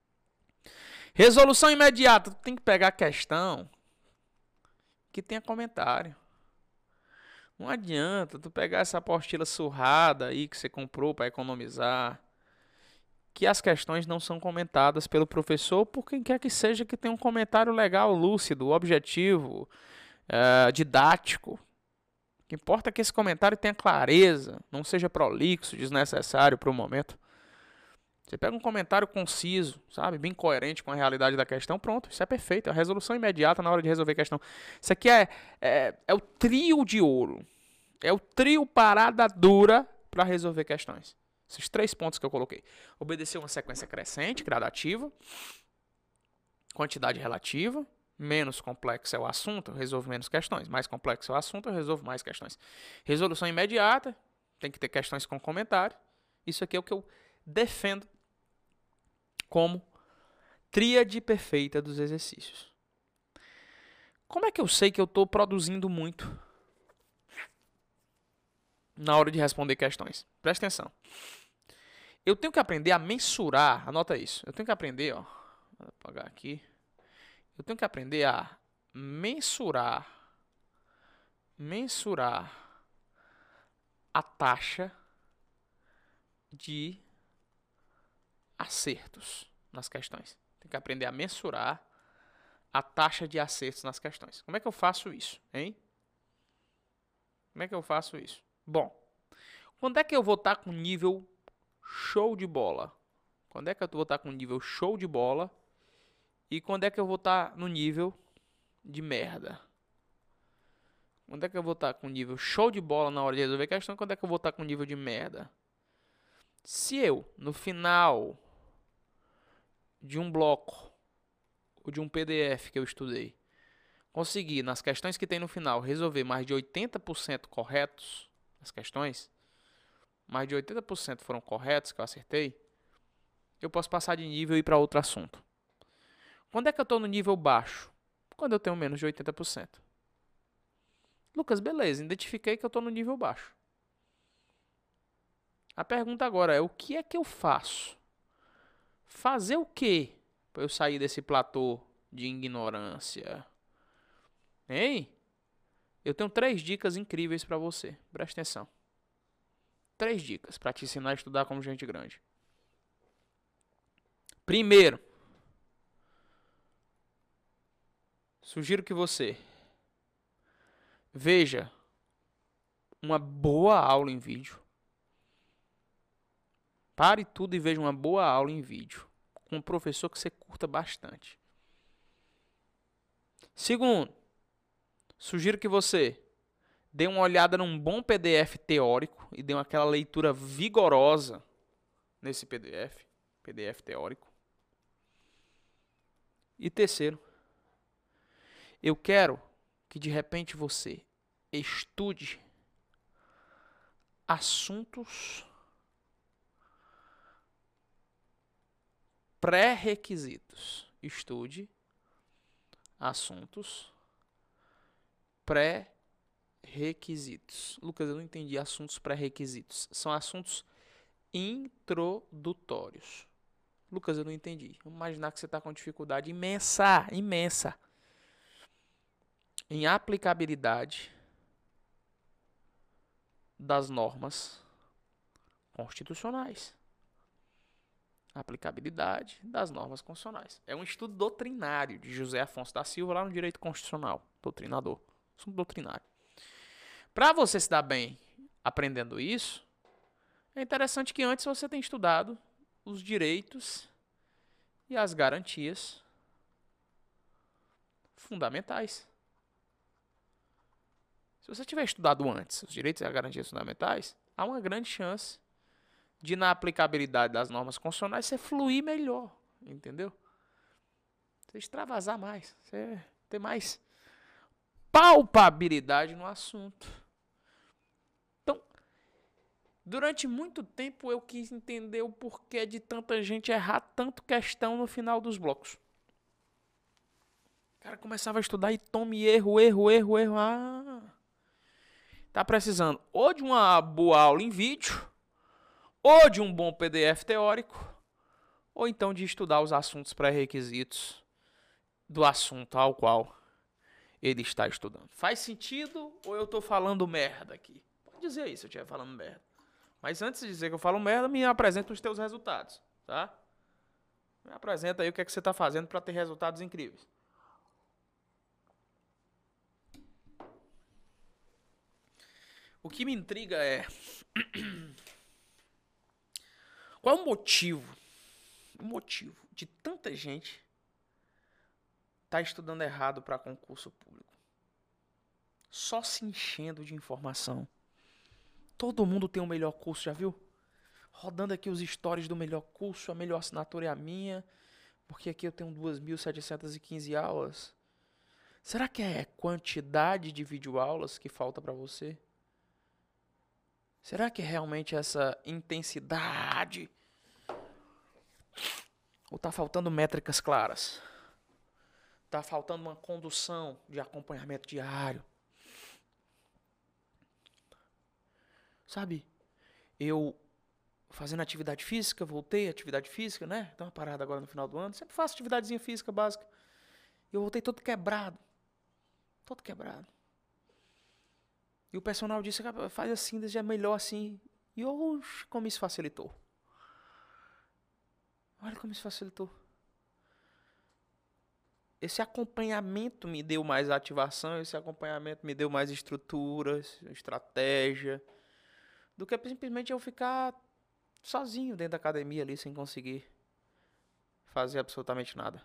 Resolução imediata. Tu tem que pegar a questão que tenha comentário. Não adianta tu pegar essa apostila surrada aí que você comprou para economizar, que as questões não são comentadas pelo professor ou por quem quer que seja que tenha um comentário legal, lúcido, objetivo, didático. O que importa é que esse comentário tenha clareza, não seja prolixo, desnecessário para o momento. Você pega um comentário conciso, sabe, bem coerente com a realidade da questão, pronto, isso é perfeito. É a resolução imediata na hora de resolver a questão. Isso aqui é o trio de ouro. É o trio parada dura para resolver questões. Esses 3 pontos que eu coloquei. Obedecer uma sequência crescente, gradativa. Quantidade relativa. Menos complexo é o assunto, eu resolvo menos questões. Mais complexo é o assunto, eu resolvo mais questões. Resolução imediata. Tem que ter questões com comentário. Isso aqui é o que eu defendo como tríade perfeita dos exercícios. Como é que eu sei que eu estou produzindo muito na hora de responder questões? Presta atenção. Eu tenho que aprender a mensurar, anota isso. Eu tenho que aprender, ó, vou apagar aqui. Eu tenho que aprender a mensurar a taxa de acertos nas questões. Tem que aprender a mensurar a taxa de acertos nas questões. Como é que eu faço isso, hein? Como é que eu faço isso? Bom, quando é que eu vou estar com nível show de bola? Quando é que eu vou estar com nível show de bola? E quando é que eu vou estar no nível de merda? Quando é que eu vou estar com nível show de bola na hora de resolver a questão? Quando é que eu vou estar com nível de merda? Se eu, no final de um bloco ou de um PDF que eu estudei, conseguir, nas questões que tem no final, resolver mais de 80% corretos as questões, mais de 80% foram corretos que eu acertei, eu posso passar de nível e ir para outro assunto. Quando é que eu estou no nível baixo? Quando eu tenho menos de 80%. Lucas, beleza, identifiquei que eu estou no nível baixo. A pergunta agora é, o que é que eu faço? Fazer o quê para eu sair desse platô de ignorância? Hein? Eu tenho 3 dicas incríveis para você. Presta atenção. 3 dicas para te ensinar a estudar como gente grande. Primeiro, sugiro que você veja uma boa aula em vídeo. Pare tudo e veja uma boa aula em vídeo com um professor que você curta bastante. Segundo, sugiro que você dê uma olhada num bom PDF teórico e dê aquela leitura vigorosa nesse PDF teórico. E terceiro, eu quero que de repente você estude assuntos pré-requisitos. Estude assuntos pré-requisitos. Lucas, eu não entendi assuntos pré-requisitos. São assuntos introdutórios. Lucas, eu não entendi. Vamos imaginar que você está com dificuldade imensa em aplicabilidade das normas constitucionais. Aplicabilidade das normas constitucionais. É um estudo doutrinário de José Afonso da Silva lá no Direito Constitucional. Doutrinador. Assunto doutrinário. Para você se dar bem aprendendo isso, é interessante que antes você tenha estudado os direitos e as garantias fundamentais. Se você tiver estudado antes os direitos e as garantias fundamentais, há uma grande chance de, na aplicabilidade das normas constitucionais, você fluir melhor, entendeu? Você extravasar mais, você ter mais palpabilidade no assunto. Então, durante muito tempo eu quis entender o porquê de tanta gente errar tanto questão no final dos blocos. O cara começava a estudar e tome erro. Tá precisando ou de uma boa aula em vídeo, ou de um bom PDF teórico, ou então de estudar os assuntos pré-requisitos do assunto ao qual ele está estudando. Faz sentido ou eu estou falando merda aqui? Pode dizer aí se eu estiver falando merda. Mas antes de dizer que eu falo merda, me apresenta os teus resultados, tá? Me apresenta aí o que é que você está fazendo para ter resultados incríveis. O que me intriga é... qual é o motivo de tanta gente estar estudando errado para concurso público? Só se enchendo de informação. Todo mundo tem o melhor curso, já viu? Rodando aqui os stories do melhor curso, a melhor assinatura é a minha, porque aqui eu tenho 2.715 aulas. Será que é quantidade de videoaulas que falta para você? Será que é realmente essa intensidade Ou tá faltando métricas claras? Tá faltando uma condução de acompanhamento diário? Sabe? Eu fazendo atividade física, voltei à atividade física, né? Dá uma parada agora no final do ano. Sempre faço atividadezinha física básica. E eu voltei todo quebrado. Todo quebrado. E o personal disse, faz assim, já é melhor assim. E oxe, como isso facilitou. Olha como isso facilitou. Esse acompanhamento me deu mais ativação, esse acompanhamento me deu mais estruturas, estratégia, do que simplesmente eu ficar sozinho dentro da academia ali, sem conseguir fazer absolutamente nada.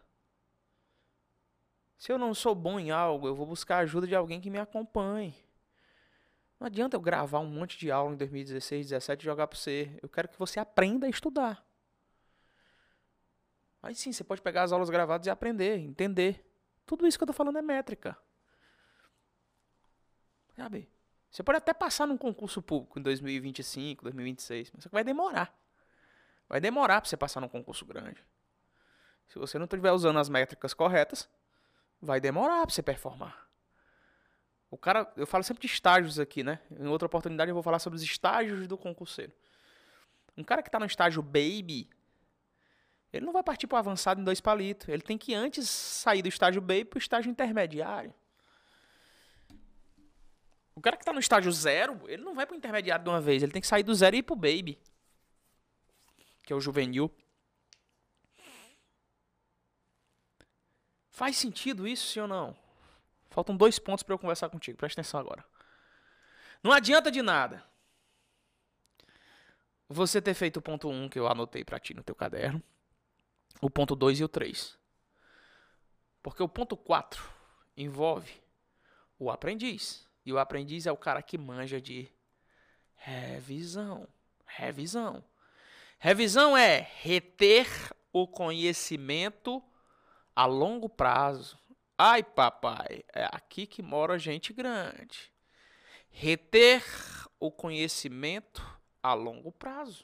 Se eu não sou bom em algo, eu vou buscar a ajuda de alguém que me acompanhe. Não adianta eu gravar um monte de aula em 2016, 2017 e jogar para você. Eu quero que você aprenda a estudar. Aí sim, você pode pegar as aulas gravadas e aprender, entender. Tudo isso que eu tô falando é métrica. Sabe? Você pode até passar num concurso público em 2025, 2026, mas vai demorar. Vai demorar para você passar num concurso grande. Se você não estiver usando as métricas corretas, vai demorar para você performar. O cara, eu falo sempre de estágios aqui, né? Em outra oportunidade eu vou falar sobre os estágios do concurseiro. Um cara que está no estágio baby, ele não vai partir para o avançado em 2 palitos. Ele tem que antes sair do estágio baby para o estágio intermediário. O cara que está no estágio 0, ele não vai para o intermediário de uma vez. Ele tem que sair do 0 e ir para o baby, que é o juvenil. Faz sentido isso, sim ou não? Faltam 2 pontos para eu conversar contigo. Presta atenção agora. Não adianta de nada você ter feito o ponto 1 que eu anotei para ti no teu caderno, o ponto 2 e o 3. Porque o ponto 4 envolve o aprendiz. E o aprendiz é o cara que manja de revisão. Revisão. Revisão é reter o conhecimento a longo prazo. Ai, papai, é aqui que mora gente grande. Reter o conhecimento a longo prazo.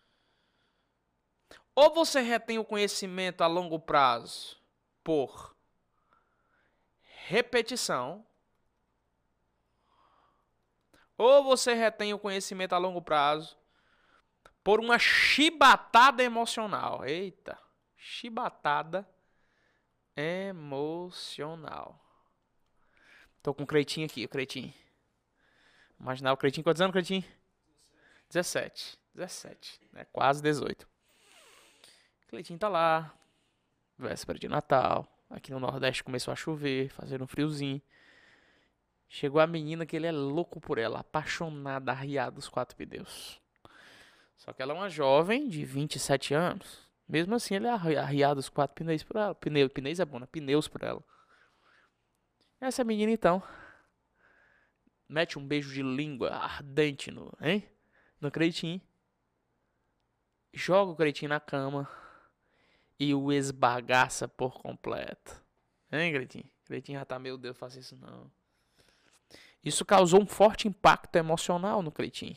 Ou você retém o conhecimento a longo prazo por repetição, ou você retém o conhecimento a longo prazo por uma chibatada emocional. Eita, chibatada emocional. Tô com o Creitinho aqui, o Creitinho. Imaginar o Creitinho, quantos anos, Creitinho? 17. 17, né? Quase 18. O Cleitinho tá lá, véspera de Natal. Aqui no Nordeste começou a chover, fazendo um friozinho. Chegou a menina que ele é louco por ela, apaixonada, arriada dos 4 pneus. Só que ela é uma jovem de 27 anos. Mesmo assim, ele é arriado dos 4 pneus por ela. Pneus é bom, né? Pneus por ela. Essa menina, então, mete um beijo de língua ardente no Creitinho. Joga o Creitinho na cama e o esbagaça por completo. Hein, Creitinho? Creitinho já tá, meu Deus, faça isso não. Isso causou um forte impacto emocional no Creitinho.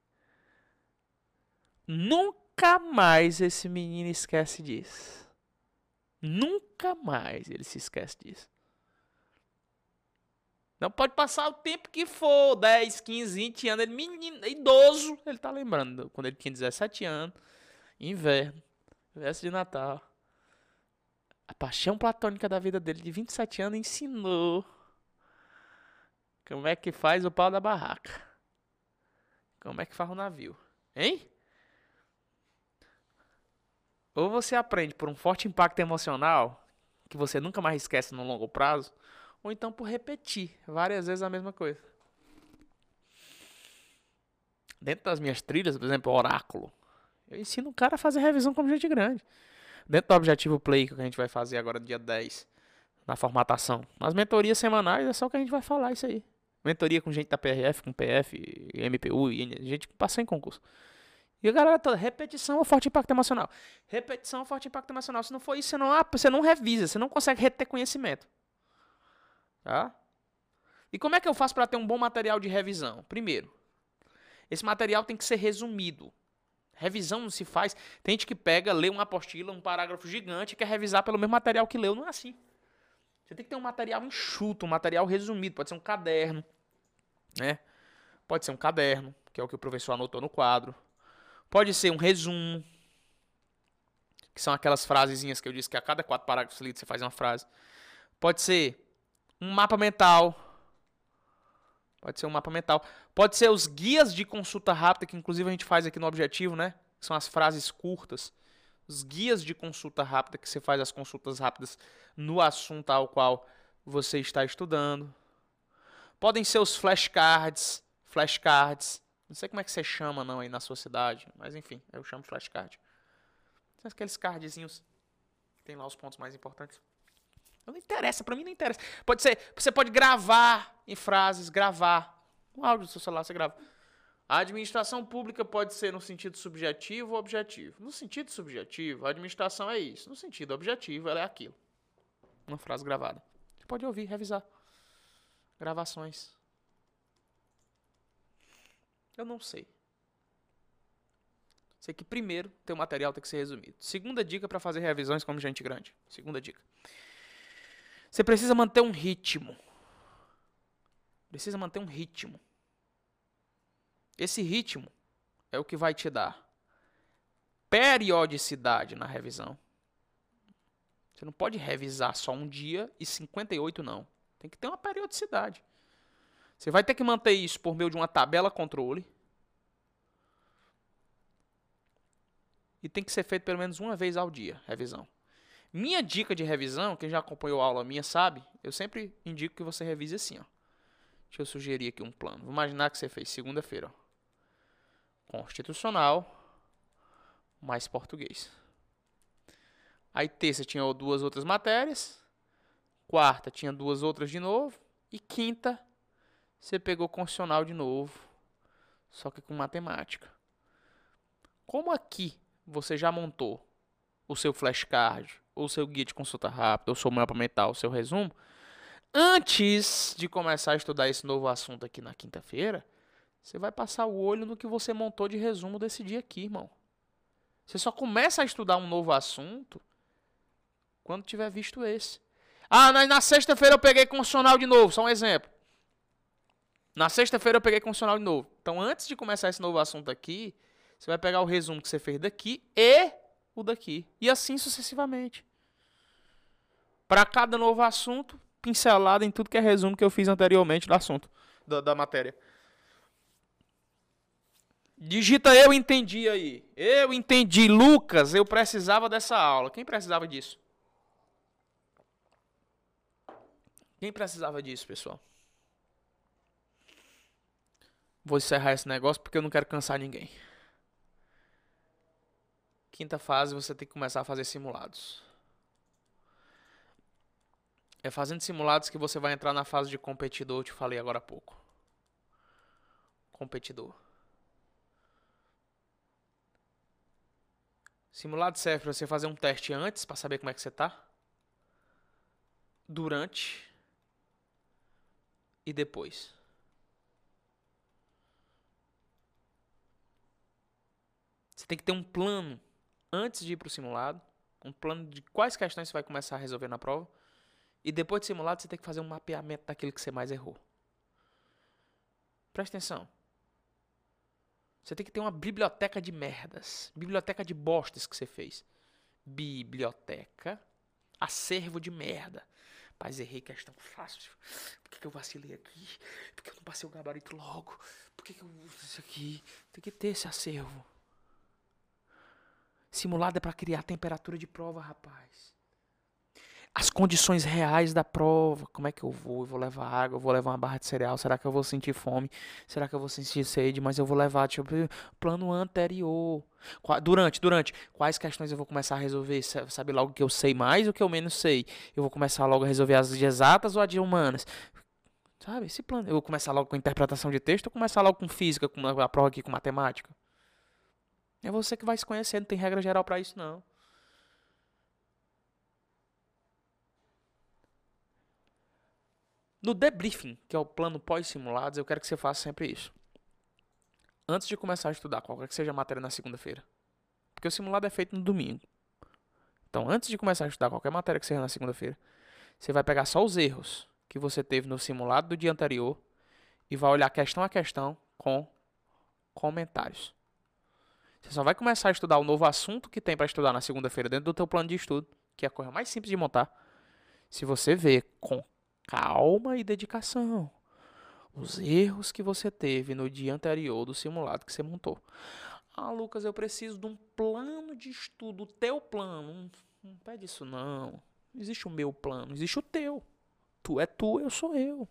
Nunca mais esse menino esquece disso. Nunca mais ele se esquece disso. Não pode passar o tempo que for, 10, 15, 20 anos. Ele menino, idoso, ele tá lembrando. Quando ele tinha 17 anos, inverno, véspera de Natal. A paixão platônica da vida dele, de 27 anos, ensinou como é que faz o pau da barraca. Como é que faz o navio. Hein? Ou você aprende por um forte impacto emocional, que você nunca mais esquece no longo prazo, ou então por repetir várias vezes a mesma coisa. Dentro das minhas trilhas, por exemplo, Oráculo, eu ensino o cara a fazer revisão como gente grande. Dentro do Objetivo Play, que a gente vai fazer agora no dia 10, na formatação. Nas mentorias semanais é só que a gente vai falar isso aí. Mentoria com gente da PRF, com PF, MPU, e gente que passa em concurso. E a galera toda, repetição ou forte impacto emocional. Repetição ou forte impacto emocional. Se não for isso, você não revisa, você não consegue reter conhecimento. Tá? E como é que eu faço para ter um bom material de revisão? Primeiro, esse material tem que ser resumido. Revisão não se faz. Tem gente que pega, lê uma apostila, um parágrafo gigante e quer revisar pelo mesmo material que leu. Não é assim. Você tem que ter um material enxuto, um material resumido. Pode ser um caderno, né? Pode ser um caderno, que é o que o professor anotou no quadro. Pode ser um resumo, que são aquelas frasezinhas que eu disse que a cada 4 parágrafos lidos você faz uma frase. Pode ser um mapa mental. Pode ser um mapa mental. Pode ser os guias de consulta rápida, que inclusive a gente faz aqui no objetivo, né? Que são as frases curtas. Os guias de consulta rápida, que você faz as consultas rápidas no assunto ao qual você está estudando. Podem ser os flashcards. Flashcards. Não sei como é que você chama não aí na sua cidade, mas enfim, eu chamo flashcard. São aqueles cardzinhos que tem lá os pontos mais importantes. Não interessa, pra mim não interessa. Pode ser, você pode gravar em frases, gravar. Um áudio do seu celular você grava. A administração pública pode ser no sentido subjetivo ou objetivo. No sentido subjetivo, a administração é isso. No sentido objetivo, ela é aquilo. Uma frase gravada. Você pode ouvir, revisar. Gravações. Eu não sei. Sei que primeiro, teu material tem que ser resumido. Segunda dica para fazer revisões como gente grande. Segunda dica. Você precisa manter um ritmo. Precisa manter um ritmo. Esse ritmo é o que vai te dar periodicidade na revisão. Você não pode revisar só um dia e 58 não. Tem que ter uma periodicidade. Você vai ter que manter isso por meio de uma tabela controle. E tem que ser feito pelo menos uma vez ao dia, revisão. Minha dica de revisão, quem já acompanhou a aula minha sabe, eu sempre indico que você revise assim, ó. Deixa eu sugerir aqui um plano. Vou imaginar que você fez segunda-feira, ó. Constitucional mais português. Aí terça tinha 2 outras matérias. Quarta tinha 2 outras de novo. E quinta você pegou constitucional de novo. Só que com matemática. Como aqui você já montou o seu flashcard, ou o seu guia de consulta rápida, ou o seu mapa mental, o seu resumo, antes de começar a estudar esse novo assunto aqui na quinta-feira, você vai passar o olho no que você montou de resumo desse dia aqui, irmão. Você só começa a estudar um novo assunto quando tiver visto esse. Ah, na sexta-feira eu peguei constitucional de novo, só um exemplo. Na sexta-feira eu peguei constitucional de novo. Então, antes de começar esse novo assunto aqui, você vai pegar o resumo que você fez daqui e o daqui. E assim sucessivamente. Para cada novo assunto, pincelada em tudo que é resumo que eu fiz anteriormente do assunto, da matéria. Digita eu entendi aí. Eu entendi, Lucas, eu precisava dessa aula. Quem precisava disso? Quem precisava disso, pessoal? Vou encerrar esse negócio porque eu não quero cansar ninguém. Quinta fase, você tem que começar a fazer simulados. É fazendo simulados que você vai entrar na fase de competidor, eu te falei agora há pouco. Competidor. Simulado serve para você fazer um teste antes, para saber como é que você tá. Durante. E depois. Você tem que ter um plano antes de ir para o simulado. Um plano de quais questões você vai começar a resolver na prova. E depois de simulado, você tem que fazer um mapeamento daquilo que você mais errou. Presta atenção. Você tem que ter uma biblioteca de merdas. Biblioteca de bostas que você fez. Biblioteca. Acervo de merda. Mas errei questão fácil. Por que eu vacilei aqui? Por que eu não passei o gabarito logo? Por que eu uso isso aqui? Tem que ter esse acervo. Simulado é para criar temperatura de prova, rapaz. As condições reais da prova. Como é que eu vou? Eu vou levar água, eu vou levar uma barra de cereal. Será que eu vou sentir fome? Será que eu vou sentir sede? Mas eu vou levar, deixa eu ver, plano anterior. Durante. Quais questões eu vou começar a resolver? Sabe logo o que eu sei mais ou o que eu menos sei? Eu vou começar logo a resolver as de exatas ou as de humanas? Sabe, esse plano. Eu vou começar logo com interpretação de texto ou começar logo com física, com a prova aqui, com matemática? É você que vai se conhecer, não tem regra geral para isso, não. No debriefing, que é o plano pós-simulados, eu quero que você faça sempre isso. antes de começar a estudar qualquer que seja a matéria na segunda-feira, porque o simulado é feito no domingo. Então, antes de começar a estudar qualquer matéria que seja na segunda-feira, você vai pegar só os erros que você teve no simulado do dia anterior e vai olhar questão a questão com comentários. Você só vai começar a estudar o novo assunto que tem para estudar na segunda-feira dentro do teu plano de estudo, que é a coisa mais simples de montar, se você vê com calma e dedicação os erros que você teve no dia anterior do simulado que você montou. Ah, Lucas, eu preciso de um plano de estudo, o teu plano. Não pede isso não. Não existe o meu plano, existe o teu. Tu é tu, eu sou eu.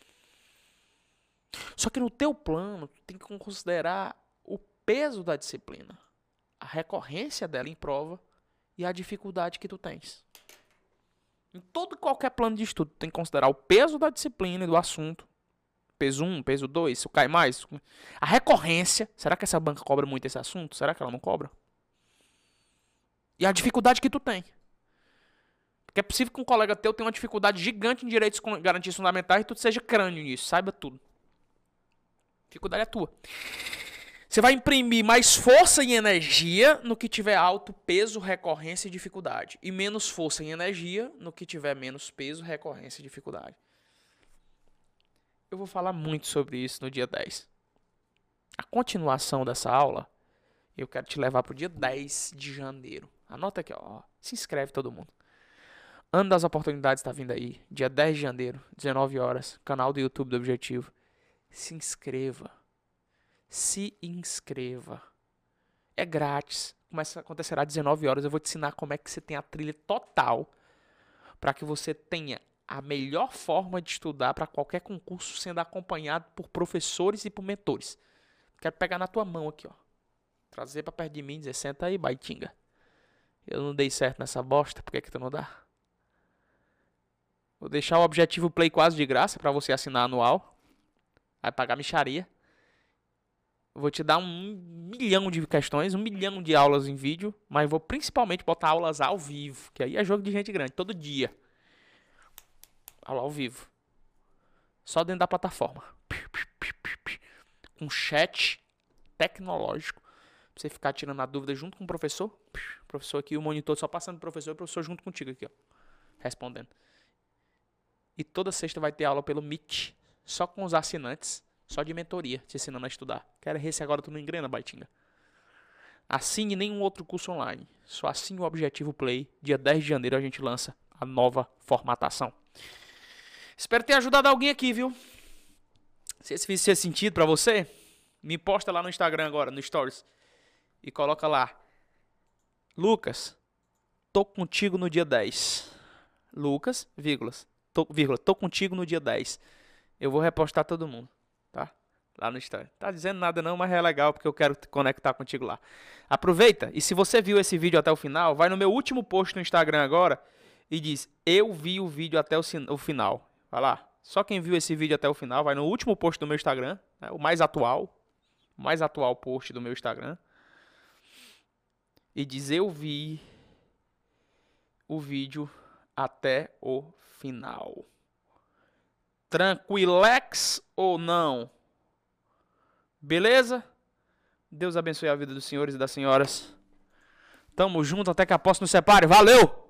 Só que no teu plano, tu tem que considerar o peso da disciplina, a recorrência dela em prova e a dificuldade que tu tens. Em todo e qualquer plano de estudo, tu tem que considerar o peso da disciplina e do assunto. Peso 1, peso 2, se cai mais. A recorrência, será que essa banca cobra muito esse assunto? Será que ela não cobra? E a dificuldade que tu tem. Porque é possível que um colega teu tenha uma dificuldade gigante em direitos e garantias fundamentais e tu seja crânio nisso, saiba tudo. A dificuldade é tua. Você vai imprimir mais força e energia no que tiver alto peso, recorrência e dificuldade. E menos força e energia no que tiver menos peso, recorrência e dificuldade. Eu vou falar muito sobre isso no dia 10. A continuação dessa aula, eu quero te levar para o dia 10 de janeiro. Anota aqui, ó. Se inscreve todo mundo. Ano das Oportunidades está vindo aí. Dia 10 de janeiro, 19 horas. Canal do YouTube do Objetivo. Se inscreva. Se inscreva. É grátis. Acontecerá às 19 horas. Eu vou te ensinar como é que você tem a trilha total para que você tenha a melhor forma de estudar para qualquer concurso sendo acompanhado por professores e por mentores. Quero pegar na tua mão aqui, ó. Trazer para perto de mim e dizer, senta aí, baitinga. Eu não dei certo nessa bosta, por que que tu não dá? Vou deixar o Objetivo Play quase de graça para você assinar anual. Vai pagar mixaria. Eu vou te dar 1.000.000 de questões, 1.000.000 de aulas em vídeo, mas vou principalmente botar aulas ao vivo, que aí é jogo de gente grande, todo dia. Aula ao vivo. Só dentro da plataforma. Com chat tecnológico. Pra você ficar tirando a dúvida junto com o professor. O professor aqui, o monitor só passando pro professor e o professor junto contigo aqui, ó. Respondendo. E toda sexta vai ter aula pelo Meet. Só com os assinantes. Só de mentoria, te ensinando a estudar. Quero ver se agora tu não engrena, baitinga. Assine nenhum outro curso online. Só assine o Objetivo Play. Dia 10 de janeiro a gente lança a nova formatação. Espero ter ajudado alguém aqui, viu? Se esse vídeo fez sentido pra você, me posta lá no Instagram agora, no Stories. E coloca lá. Lucas, tô contigo no dia 10. Lucas, tô contigo no dia 10. Eu vou repostar todo mundo, tá? Lá no Instagram. Tá dizendo nada não, mas é legal porque eu quero te conectar contigo lá. Aproveita e se você viu esse vídeo até o final, vai no meu último post no Instagram agora e diz, eu vi o vídeo até o final. Vai lá. Só quem viu esse vídeo até o final, vai no último post do meu Instagram, né, o mais atual post do meu Instagram. E diz, eu vi o vídeo até o final. Tranquilex ou não? Beleza? Deus abençoe a vida dos senhores e das senhoras. Tamo junto, até que a posse nos separe. Valeu!